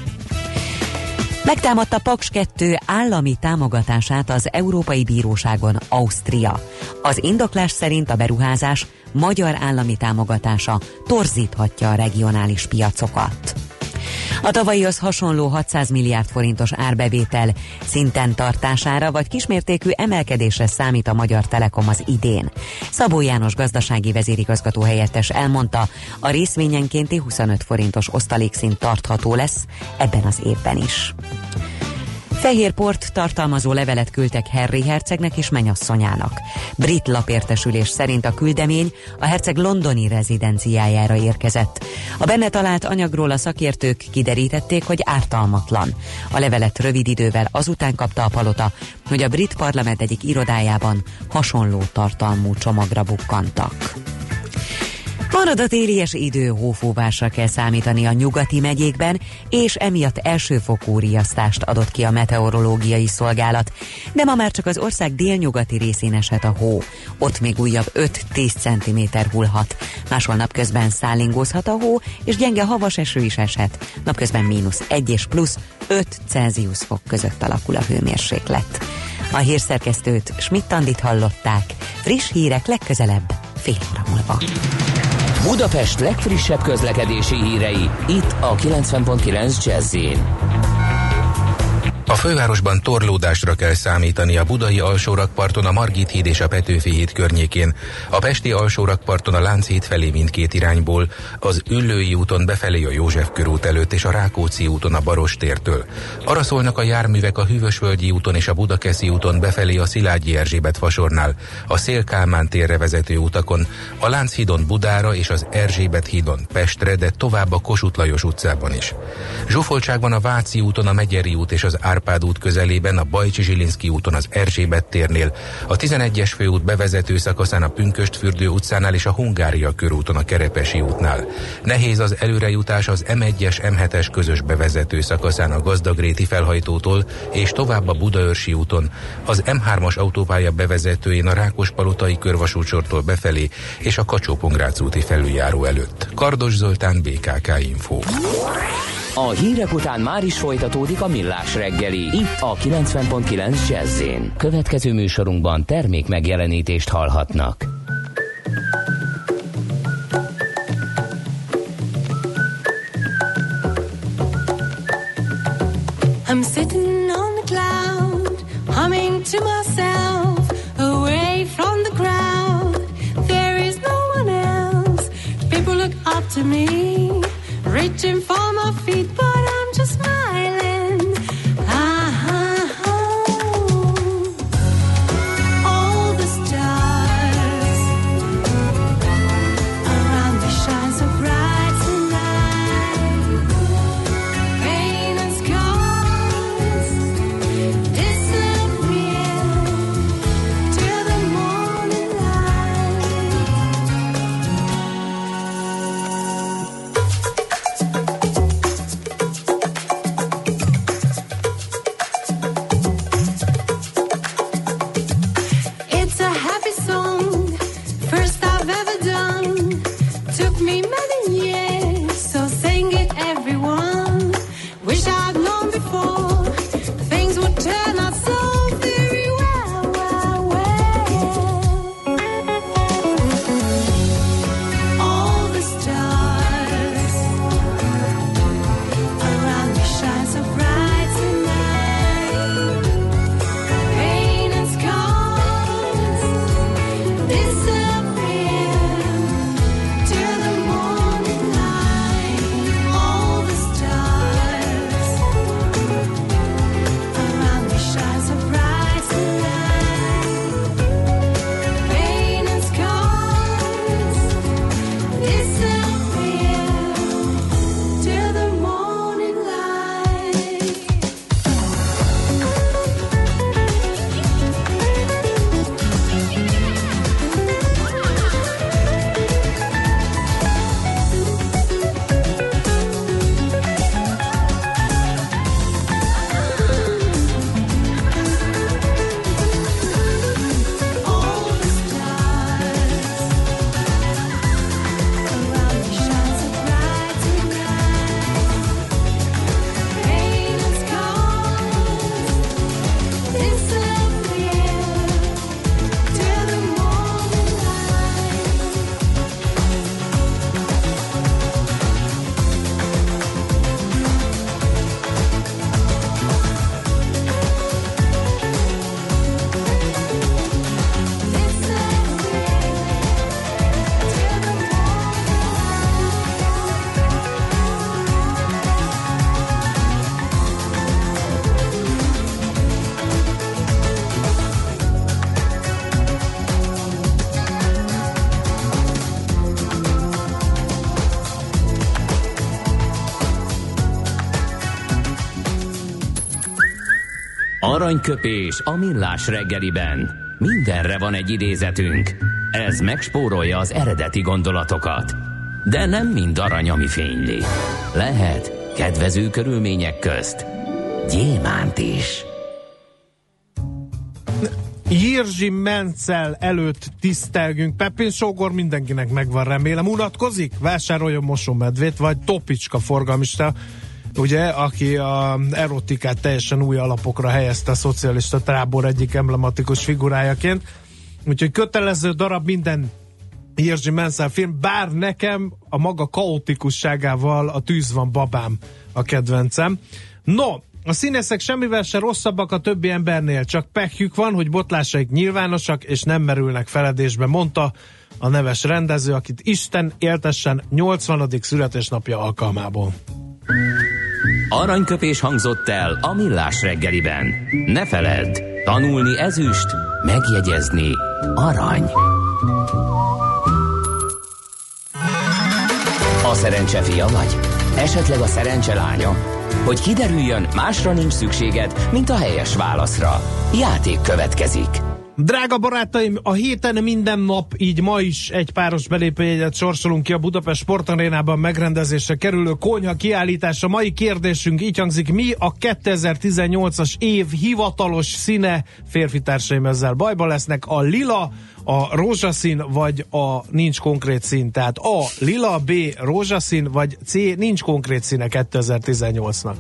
Megtámadta Paks 2 állami támogatását az Európai Bíróságon Ausztria. Az indoklás szerint a beruházás magyar állami támogatása torzíthatja a regionális piacokat. A tavalyihoz hasonló 600 milliárd forintos árbevétel szinten tartására vagy kismértékű emelkedésre számít a Magyar Telekom az idén. Szabó János gazdasági vezérigazgató helyettes elmondta, a részvényenkénti 25 forintos osztalékszint tartható lesz ebben az évben is. Fehér port tartalmazó levelet küldtek Harry hercegnek és menyasszonyának. Brit lapértesülés szerint a küldemény a herceg londoni rezidenciájára érkezett. A benne talált anyagról a szakértők kiderítették, hogy ártalmatlan. A levelet rövid idővel azután kapta a palota, hogy a brit parlament egyik irodájában hasonló tartalmú csomagra bukkantak. Marad a télies idő, hófúvásra kell számítani a nyugati megyékben, és emiatt elsőfokú riasztást adott ki a meteorológiai szolgálat. De ma már csak az ország délnyugati részén eshet a hó. Ott még újabb 5-10 cm hullhat. Máshol napközben szállingózhat a hó, és gyenge havas eső is eshet. Napközben -1 és +5 Celsius fok között alakul a hőmérséklet. A hírszerkesztőt, Schmidt-Andit hallották. Friss hírek legközelebb fél óra múlva. Budapest legfrissebb közlekedési hírei, itt a 90.9 Jazz-in. fővárosban torlódásra kell számítani a budai alsórakparton, a Margit híd és a Petőfi híd környékén, a pesti alsórakparton a Lánchíd felé mindkét irányból, az Üllői úton befelé a József körút előtt és a Rákóczi úton a Barostértől. Arra szólnak a járművek a Hűvösvölgyi úton és a Budakeszi úton befelé a Szilágyi Erzsébet fasornál, a Széll-Kálmán térre vezető utakon, a Lánchídon Budára és az Erzsébet hídon Pestre, de tovább a Kossuth Lajos utcában is. Zsúfoltság van a Váci úton, a Megyeri út és az Árpád út közelében, a Bajcsi-Zsilinszky úton az Erzsébet térnél, a 11-es főút bevezető szakaszán a Pünkösdfürdő utcánál és a Hungária körúton a Kerepesi útnál. Nehéz az előrejutás az M1-es, M7-es közös bevezető szakaszán a Gazdagréti felhajtótól és tovább a Budaörsi úton, az M3-as autópálya bevezetőjén a Rákospalotai körvasútsortól befelé és a Kacsó-Pongrác úti felüljáró előtt. Kardos Zoltán, BKK Info. A hírek után már is folytatódik a Millás reggeli, itt a 90.9 Jazz-én. Következő műsorunkban termék megjelenítést hallhatnak. I'm sitting on the cloud, humming to myself, away from the crowd. There is no one else. People look up to me, reaching for my feet, but I'm just smiling. All the stars around me shine so bright tonight. Pain and scars disappear till the morning light. It's a happy song, first I've ever done. Took me many years, so sing it everyone. Wish I'd known before, things would turn out so very well. All the stars around me shine so bright tonight. Pain and scars disappear till the morning light. All the stars around me shine so bright tonight. Pain and scars disappear till the morning light. All the stars around me shine so bright tonight. Pain and scars disappear till the morning light. Aranyköpés a Millás reggeliben. Mindenre van egy idézetünk. Ez megspórolja az eredeti gondolatokat. De nem mind arany, ami fényli. Lehet kedvező körülmények közt gyémánt is. Jirzsi Menccel előtt tisztelgünk. Pepin sógor mindenkinek megvan, remélem. Unatkozik? Vásároljon mosómedvét, vagy Topicska forgalmista, ugye, aki a erotikát teljesen új alapokra helyezte a szocialista tábor egyik emblematikus figurájaként. Úgyhogy kötelező darab minden Jirzsi Menccel film, bár nekem a maga kaotikusságával a Tűz van babám a kedvencem. No, A színészek semmivel se rosszabbak a többi embernél, csak pehjük van, hogy botlásaik nyilvánosak, és nem merülnek feledésbe, mondta a neves rendező, akit Isten éltessen 80. születésnapja alkalmából. Aranyköpés hangzott el a Millás reggeliben. Ne feledd, tanulni ezüst, megjegyezni arany. A szerencse fia vagy? Esetleg a szerencse lánya? Hogy kiderüljön, másra nincs szükséged, mint a helyes válaszra. Játék következik. Drága barátaim, a héten minden nap, így ma is egy páros belépőjegyet sorsolunk ki a Budapest Sportarénában megrendezésre kerülő konyha kiállításra. Mai kérdésünk így hangzik: mi a 2018-as év hivatalos színe? Férfi társaim ezzel bajba lesznek. A lila, a rózsaszín, vagy a nincs konkrét szín? Tehát A lila, B rózsaszín, vagy C nincs konkrét színe 2018-nak?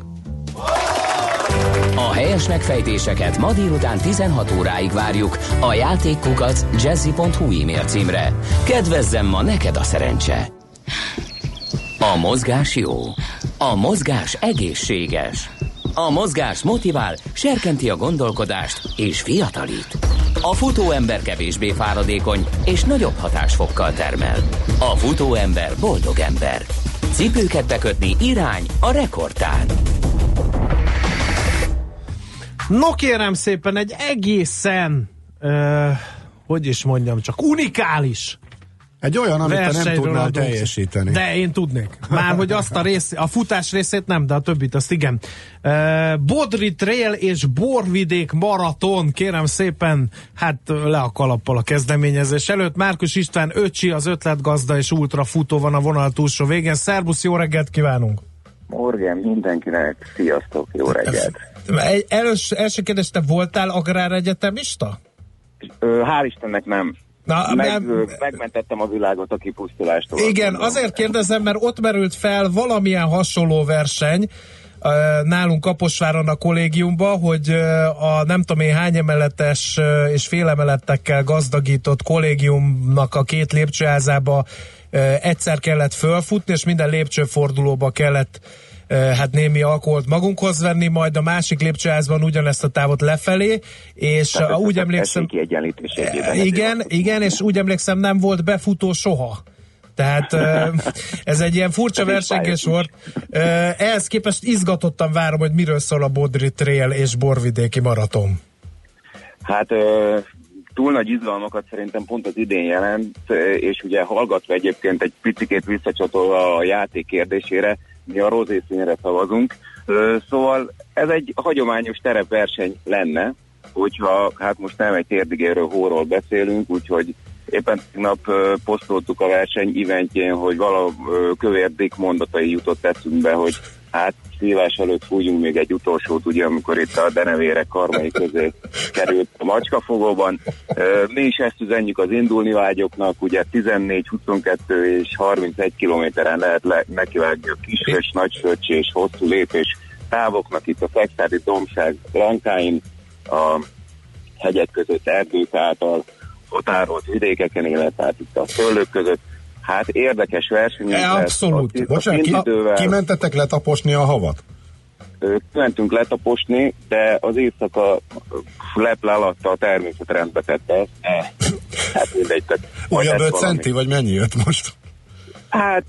A helyes megfejtéseket ma délután 16 óráig várjuk a játékkukac@jazzy.hu e-mail címre. Kedvezzem ma neked a szerencse! A mozgás jó. A mozgás egészséges. A mozgás motivál, serkenti a gondolkodást és fiatalít. A futóember kevésbé fáradékony és nagyobb hatásfokkal termel. A futóember boldog ember. Cipőket bekötni irány a rekordtán. No kérem szépen, egy egészen, hogy is mondjam, csak unikális. Egy olyan, amit te nem tudnál teljesíteni. De én tudnék. Már hogy azt a futás részét nem, de a többit azt igen. Bodri Trail és Borvidék maraton, kérem szépen, hát le a kalappal a kezdeményezés előtt. Márkus István öcsi, az ötletgazda és ultrafutó van a vonal túlsó végén. Szerbusz, jó reggelt kívánunk! Morgen, mindenkinek, sziasztok, jó reggelt! Első kérdés, te voltál agráregyetemista? Hál' Istennek nem. Megmentettem a világot a kipusztulástól. Igen, azért kérdezem, mert ott merült fel valamilyen hasonló verseny nálunk Kaposváron a kollégiumban, hogy a nem tudom én hány emeletes és félemelettekkel gazdagított kollégiumnak a 2 lépcsőházába egyszer kellett fölfutni, és minden lépcsőfordulóba kellett hát némi alkoholt magunkhoz venni, majd a másik lépcsőházban ugyanezt a távot lefelé, és úgy emlékszem... Igen, és úgy emlékszem, nem volt befutó soha. Tehát ez egy ilyen furcsa versengés volt. Ehhez képest izgatottan várom, hogy miről szól a Bodri Trail és Borvidéki maraton. Hát túl nagy izgalmakat szerintem pont az idén jelent, és ugye hallgatva egyébként egy picikét visszacsatolva a játék kérdésére, mi a rozészínre szavazunk. Szóval ez egy hagyományos terepverseny lenne, hogyha hát most nem egy térdigérő hóról beszélünk, úgyhogy éppen tegnap posztoltuk a verseny eventjén, hogy Kövérdik mondatai jutott eszünkbe, hogy hát szívás előtt fújjunk még egy utolsót, ugye, amikor itt a denevérek karmai közé került a macskafogóban. Mi is ezt üzenjük az indulni vágyoknak, ugye 14, 22 és 31 kilométeren lehet nekivágni a Kisfös, Nagyföcsi és hosszú lépés távoknak itt a Fexádi dombság Lankáin, a hegyek között, erdők által határolt vidékeken, illetve itt a szőlők között. Hát érdekes verseny. Abszolút. Bocsánat, kimentetek letaposni a havat? Mentünk letaposni, de az éjszaka leple alatt a természet rendbe tette ezt. Hát mindegy. Újabb 5 centi, vagy mennyi jött most? Hát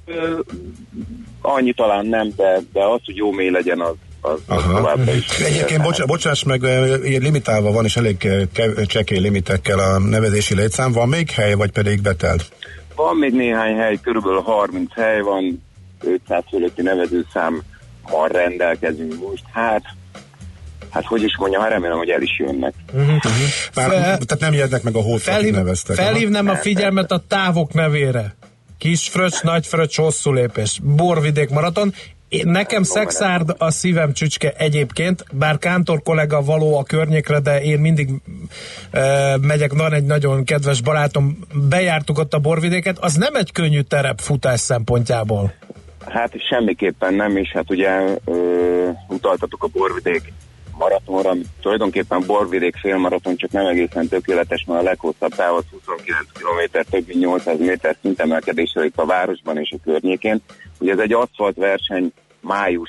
annyi talán nem, de az, hogy jó mély legyen, az továbbra is. Egyébként bocsáss meg, limitálva van, és elég csekély limitekkel a nevezési létszám. Van még hely, vagy pedig betelt? Van még néhány hely, körülbelül 30 hely van, 500 fölötti nevezőszámmal rendelkezünk most. Hát hogy is mondjam, remélem, hogy el is jönnek. Tehát nem jönnek meg a hót, akik neveztek. Felhívnám a figyelmet a távok nevére. Kisfröccs, Nagyfröccs, hosszú lépés, Borvidék maraton. Nekem Szexárd a szívem csücske egyébként, bár Kántor kollega való a környékre, de én mindig megyek, van egy nagyon kedves barátom, bejártuk ott a Borvidéket, az nem egy könnyű terep futás szempontjából. Hát semmiképpen nem, és hát ugye utaltatok a Borvidék maratonra, tulajdonképpen Borvidék félmaraton, csak nem egészen tökéletes, mert a leghosszabb táv az 29 km, több mint 800 méter szintemelkedésre itt a városban és a környékén. Ugye ez egy aszfalt verseny május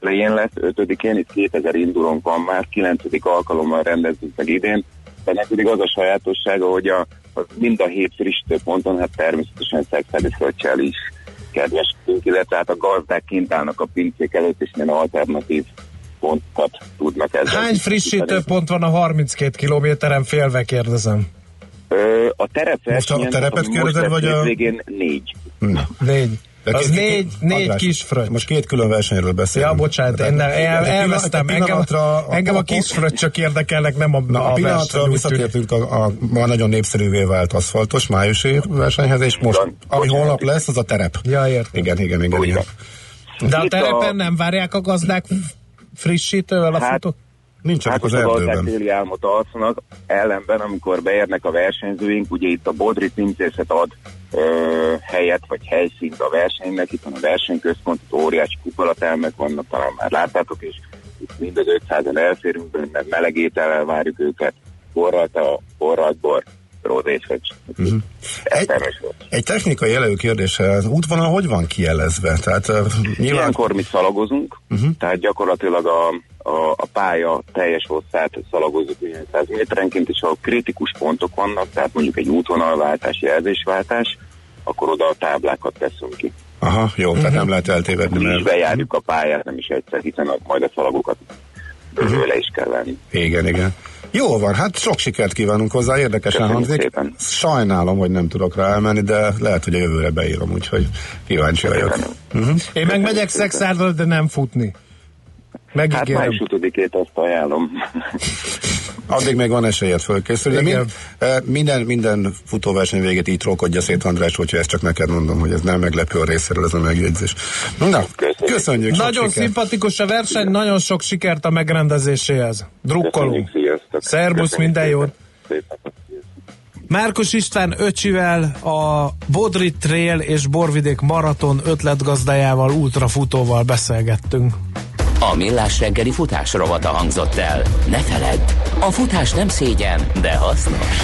elején lesz, 5-én, itt 2000 indulónk van már, 9. alkalommal rendezzük meg idén, de nekünk az a sajátossága, hogy mind a 7 frissítő ponton, hát természetesen szexuális fröccsel is kedveskedünk, illetve hát a gazdák kint állnak a pincék előtt, és milyen alternatív pontokat tudnak ezzel. Hány frissítő pont van a 32 kilométeren, félve kérdezem? A terepversenyen, most a terepet kérdezed, vagy a... végén 4. 4. Az négy kis fröccs. Most 2 külön versenyről beszélünk. Ja, bocsánat, én elvesztem. Engem a kis fröccsök érdekelnek, nem a pillanatra visszatértünk a nagyon népszerűvé vált aszfaltos májusi versenyhez, és most, ami holnap lesz, az a terep. Ja, értem. Igen. De a terepen nem várják a gazdák frissítővel a futót? Nincsenek az erdőben. Téli álmot alszanak, ellenben, amikor beérnek a versenyzőink, ugye itt a Bodri pincészet ad helyet, vagy helyszínt a versenynek, itt van a versenyközpont, itt óriási kupolatermek vannak, talán már láttátok, és itt mind az 500-en elférünk benne, meleg étellel várjuk őket, borralt bor, rózésfecs. Egy technikai jellegű kérdés, az útvonal hogy van kijelezve? Tehát, nyilván... Ilyenkor mi szalagozunk, tehát gyakorlatilag a pálya teljes hosszát szalagozzuk 100 méterenként, és ha kritikus pontok vannak, tehát mondjuk egy útvonalváltás, jelzésváltás, akkor oda a táblákat teszünk ki. Aha, jó, tehát nem lehet eltévedni. Mi is bejárjuk a pályát, nem is egyszer, hiszen majd a szalagokat le is kell venni. Igen. Jó van, hát sok sikert kívánunk hozzá, érdekesen hangzik. Szépen. Sajnálom, hogy nem tudok rá elmenni, de lehet, hogy a jövőre beírom, úgyhogy kíváncsi vagyok. Én meg megyek Szexárdra, de nem futni. Megígérem. Hát május 5-ét azt ajánlom. Addig még van esélyed fölkészülni. Minden futóverseny végét így trókodja szét András, úgyhogy ezt csak neked mondom, hogy ez nem meglepő a részéről ez a megjegyzés. Na, köszönjük. Nagyon szimpatikus a verseny, nagyon sok sikert a megrendezéséhez. Drukkolunk. Szerbusz, minden jót. Márkus István öcsivel, a Bodri Trail és Borvidék Maraton ötletgazdájával, ultrafutóval beszélgettünk. A Millás reggeli futás rovata hangzott el. Ne feledd, a futás nem szégyen, de hasznos.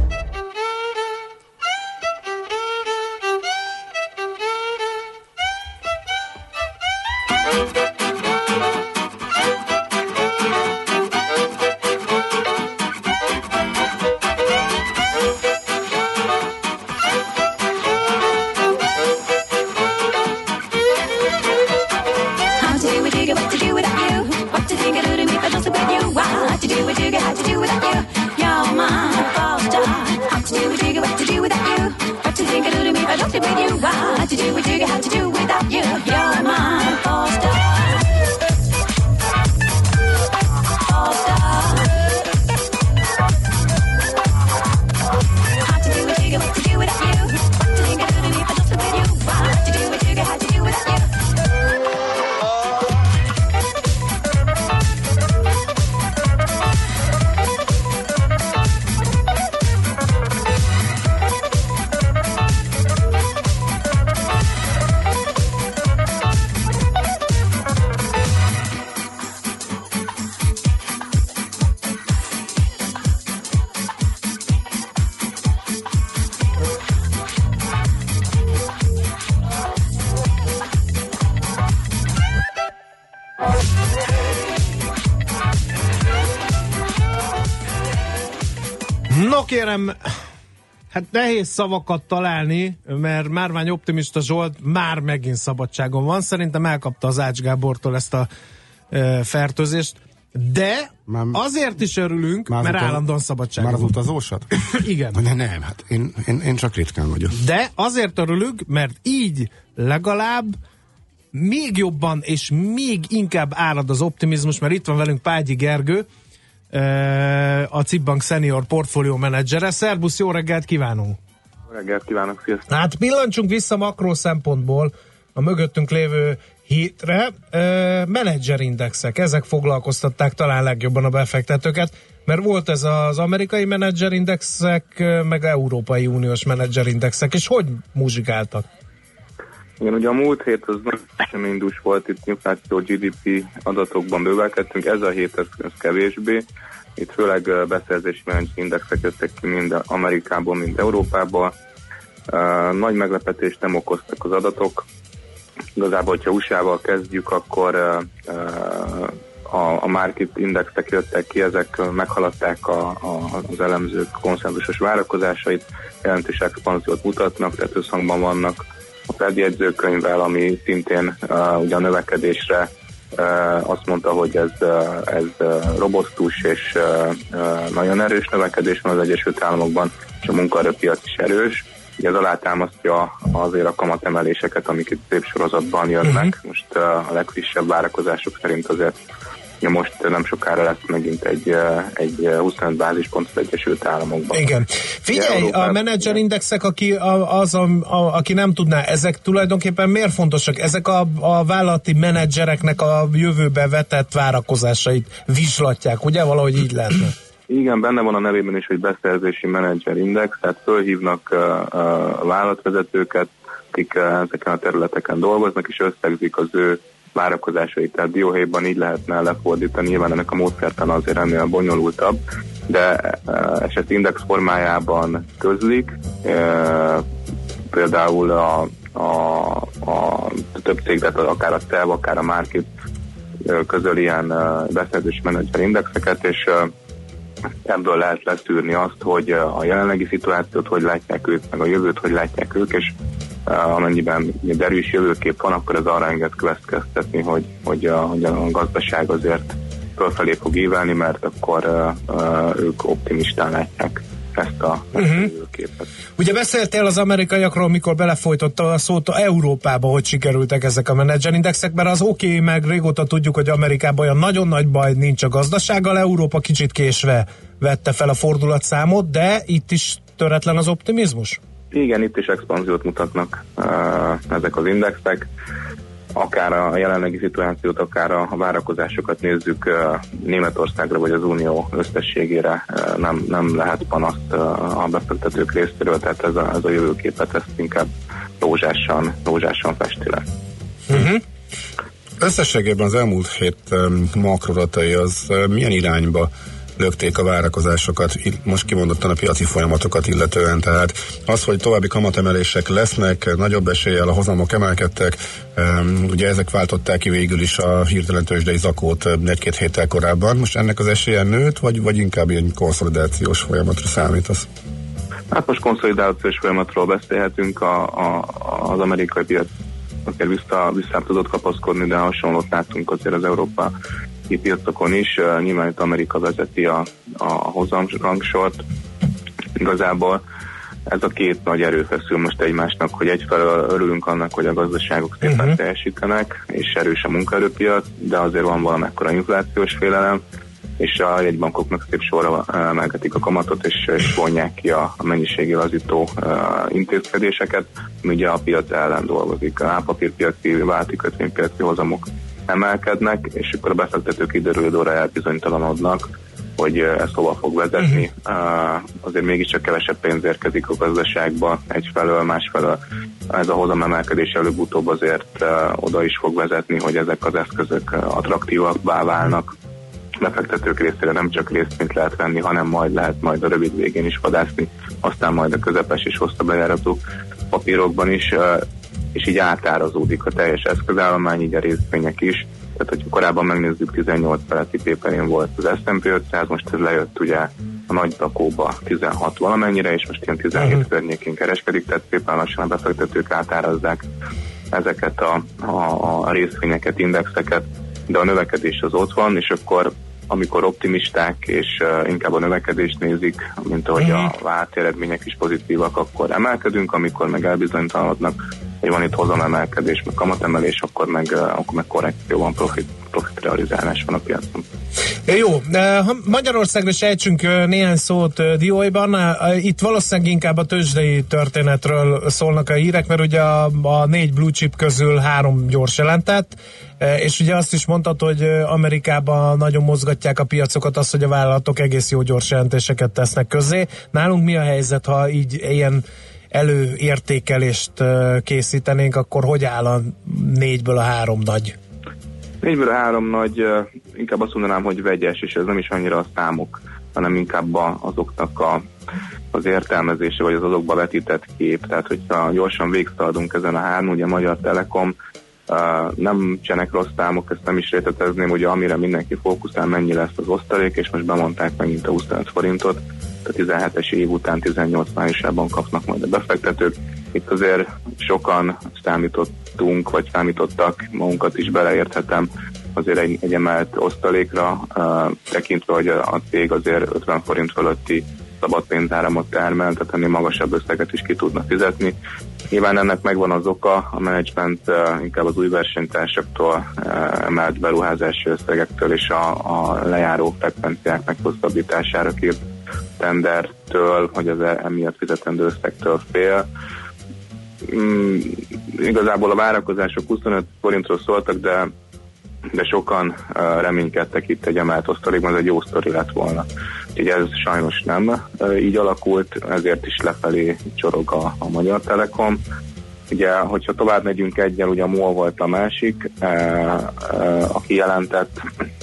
Kérem, hát nehéz szavakat találni, mert Márvány Optimista Zsolt már megint szabadságon van. Szerintem elkapta az Ács Gábortól ezt a fertőzést, de azért is örülünk, mert állandóan szabadságon van. Már az utazósat? Igen. Nem, hát én csak ritkán vagyok. De azért örülünk, mert így legalább még jobban és még inkább árad az optimizmus, mert itt van velünk Págyi Gergő, a CIP Bank Senior Portfolio Menedzsere. Szerbusz, jó reggelt kívánunk! Jó reggelt kívánok, sziasztok! Hát pillancsunk vissza makró szempontból a mögöttünk lévő hétre. Menedzserindexek, ezek foglalkoztatták talán legjobban a befektetőket, mert volt ez az amerikai menedzserindexek, meg európai uniós menedzserindexek, és hogy muzsikáltak? Igen, ugye a múlt hét az nagyon indus volt, itt infláció, GDP adatokban bővelkedtünk, ez a hét ez kevésbé. Itt főleg beszerzési menedzserindexek jöttek ki mind Amerikából, mind Európából. Nagy meglepetést nem okoztak az adatok. Igazából, hogyha USA-val kezdjük, akkor a market indexek jöttek ki, ezek meghaladták az elemzők konszenzusos várakozásait, jelentős expanziót mutatnak, tehát összhangban vannak a Fed jegyzőkönyvvel, ami szintén ugye a növekedésre azt mondta, hogy ez robosztus és nagyon erős növekedés van az Egyesült Államokban, és a munkaerőpiac is erős. Ugye ez alátámasztja azért a kamatemeléseket, amik itt szép sorozatban jönnek. Most a legfrissebb várakozások szerint azért most nem sokára lesz megint egy 25 bázispont az Egyesült Államokban. Igen. Figyelj, a menedzserindexek, aki nem tudná, ezek tulajdonképpen miért fontosak? Ezek a vállalati menedzsereknek a jövőbe vetett várakozásait vizslatják, ugye? Valahogy így lehetne. Igen, benne van a nevében is, hogy beszerzési menedzserindex, tehát fölhívnak vállalatvezetőket, akik ezeken a területeken dolgoznak, és összegzik az ő várakozásait, tehát dióhéjban így lehetne lefordítani, nyilván ennek a módszertan azért ennél bonyolultabb, de eset index formájában közlik, például a több cég, tehát akár a CEV, akár a Market közöl ilyen beszerzési menedzser indexeket, és ebből lehet leszűrni azt, hogy a jelenlegi szituációt hogy látják ők, meg a jövőt hogy látják ők, és amennyiben egy erős jövőkép van, akkor ez arra enged következtetni, hogy a gazdaság azért fölfelé fog ívelni, mert akkor ők optimistán látják ezt a jövőképet. Ugye beszéltél az amerikaiakról, mikor belefolytotta a szót Európába, hogy sikerültek ezek a menedzserindexek, mert az oké, meg régóta tudjuk, hogy Amerikában olyan nagyon nagy baj nincs a gazdasággal, Európa kicsit késve vette fel a fordulatszámot, de itt is töretlen az optimizmus? Igen, itt is expanziót mutatnak ezek az indexek. Akár a jelenlegi szituációt, akár a várakozásokat nézzük Németországra vagy az Unió összességére, nem lehet panaszt a befektetők részéről, tehát ez a jövőképet ezt inkább rózsásan festi le. Összességében az elmúlt hét makroadatai az milyen irányba lökték a várakozásokat, most kimondottan a piaci folyamatokat illetően, tehát az, hogy további kamatemelések lesznek, nagyobb eséllyel a hozamok emelkedtek, ugye ezek váltották ki végül is a hirtelen tőzsdei zakót egy-két héttel korábban, most ennek az esélye nőtt, vagy inkább ilyen konszolidációs folyamatra számítasz? Hát most konszolidációs folyamatról beszélhetünk, az amerikai piac akár vissza tudott kapaszkodni, de hasonlót látunk azért az európai piacokon is. Nyilván itt Amerika vezeti a hozamrangsort. Igazából ez a két nagy erő feszül most egymásnak, hogy egyfelől örülünk annak, hogy a gazdaságok szépen teljesítenek, és erős a munkaerőpiac, de azért van valamekkora inflációs félelem, és a jegybankoknak szép sorra emelgetik a kamatot, és vonják ki a mennyiségi lazító intézkedéseket, ami ugye a piac ellen dolgozik. A állampapírpiaci, válti kötvénypiaci hozamok emelkednek, és akkor a befektetők időről elbizonytalanodnak, hogy ez hova fog vezetni. Azért mégiscsak kevesebb pénz érkezik a gazdaságba egyfelől, másfelől ez a hozamemelkedés előbb-utóbb azért oda is fog vezetni, hogy ezek az eszközök attraktívabbá válnak. Befektetők részére nem csak részvényt lehet venni, hanem lehet majd a rövid végén is vadászni, aztán majd a közepes és hosszabb bejáratú papírokban is, és így átárazódik a teljes eszközállomány, így a részvények is. Tehát, hogyha korábban megnézzük, 18 feletti péperén volt az S&P 500, most ez lejött ugye a nagy takóba 16 valamennyire, és most ilyen 17 környékén kereskedik, tehát szépen lassan a befektetők átárazzák ezeket a részvényeket, indexeket, de a növekedés az ott van, és akkor amikor optimisták és inkább a növekedést nézik, mint ahogy a vált eredmények is pozitívak, akkor emelkedünk, amikor meg elbizonytalanodnak, hogy van itt hozamemelkedés, meg kamatemelés, akkor meg korrekció van, profit realizálás van a piacon. Jó, Magyarországra sejtsünk néhány szót dióhéjban. Itt valószínűleg inkább a tőzsdei történetről szólnak a hírek, mert ugye a 4 blue chip közül 3 gyors jelentett, és ugye azt is mondtad, hogy Amerikában nagyon mozgatják a piacokat az, hogy a vállalatok egész jó gyors jelentéseket tesznek közzé. Nálunk mi a helyzet, ha így ilyen előértékelést készítenénk, akkor hogy áll a 4-ből a 3 nagy? 4-ből a 3 nagy, inkább azt mondanám, hogy vegyes, és ez nem is annyira a számok, hanem inkább azoknak az értelmezése, vagy az azokba vetített kép. Tehát, hogyha gyorsan végszaladunk ezen a 3, ugye Magyar Telekom Nem csenek rossz számok, ezt nem is részletezném, ugye amire mindenki fókuszál, mennyi lesz az osztalék, és most bemondták megint a 25 forintot, a 17-es év után 18 májusában kapnak majd a befektetők. Itt azért sokan számítottunk, vagy számítottak, magunkat is beleérthetem, azért egy emelt osztalékra, tekintve, hogy a cég azért 50 forint fölötti szabad pénzáramot termel, tehát ennél magasabb összeget is ki tudna fizetni. Nyilván ennek megvan az oka, a menedzsment inkább az új versenytársaktól emelt beruházási összegektől és a lejáró frekvenciák meghosszabbítására kírt tendertől, hogy az emiatt fizetendő összegtől fél. Igazából a várakozások 25 forintról szóltak, de sokan reménykedtek itt egy emelt osztalékban, ez egy jó sztori lett volna. Úgyhogy ez sajnos nem így alakult, ezért is lefelé csorog a Magyar Telekom. Ugye, hogyha tovább megyünk egyen, ugye a MOL volt a másik, aki jelentett.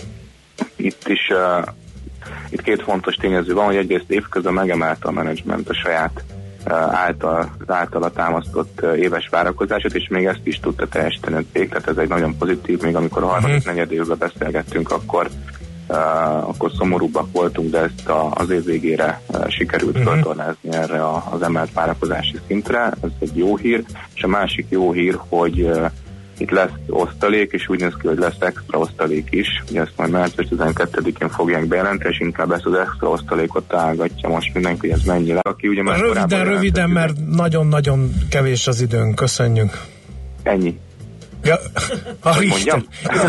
Itt két fontos tényező van, hogy egyrészt évközben megemelte a menedzsment a saját általa támasztott éves várakozását, és még ezt is tudta teljesíteni a cég, tehát ez egy nagyon pozitív, még amikor a harmadik negyedévben beszélgettünk, akkor szomorúbbak voltunk, de ezt az év végére sikerült föltornázni erre az emelt várakozási szintre, ez egy jó hír, és a másik jó hír, hogy itt lesz osztalék, és úgy néz ki, hogy lesz extra osztalék is, ugye ezt majd március 12-én fogják bejelenteni, és inkább ezt az extra osztalékot találgatja most mindenki, hogy ez mennyi lesz. Aki ugye már röviden, mert nagyon-nagyon kevés az időnk, köszönjük. Ennyi. Ja, a Richter.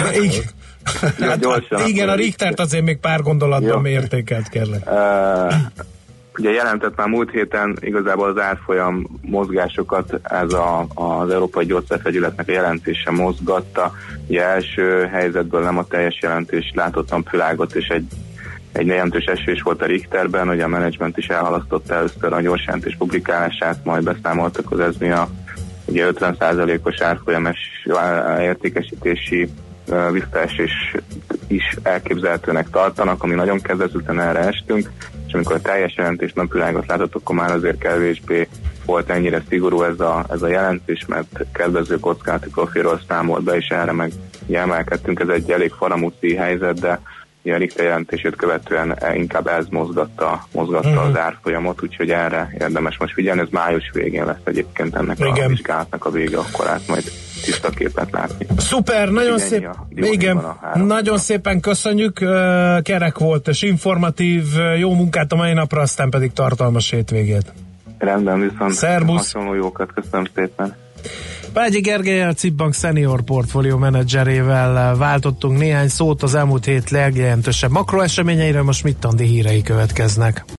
Igen, a Richtert azért még pár gondolatban értékelt kérlek. Ugye jelentett már múlt héten igazából az árfolyam mozgásokat, ez az Európai Gyógyszerfegyületnek a jelentése mozgatta. Ugye első helyzetből nem a teljes jelentés látott napvilágot, és egy jelentős esés volt a Richterben, hogy a menedzsment is elhalasztotta először a gyors jelentés publikálását, majd beszámoltak az ESMA, ugye 50%-os árfolyames értékesítési visszaesés is elképzelhetőnek tartanak, ami nagyon kedvezőtlen, erre estünk, és amikor a teljes jelentés napvilágot látott, akkor már azért kevésbé volt ennyire szigorú ez a jelentés, mert kedvező kockázati profilról számolt be, és erre meg emelkedtünk. Ez egy elég faramúci helyzet, de a Richter jelentését követően inkább ez mozgatta az árfolyamot, úgyhogy erre érdemes most figyelni. Ez május végén lesz egyébként ennek a vizsgálatnak a vége, akkor át majd tiszta képet látni. Szuper, nagyon szép. Igen, nagyon szépen köszönjük. Kerek volt és informatív, jó munkát a mai napra, aztán pedig tartalmas hétvégét. Rendben, viszont szervusz. Hasonló jókat, köszönöm szépen. Págyi Gergellyel, a CIP Bank Senior Portfolio menedzserével váltottunk néhány szót az elmúlt hét legjelentősebb makroeseményeiről, most Schmidt Andi hírei következnek.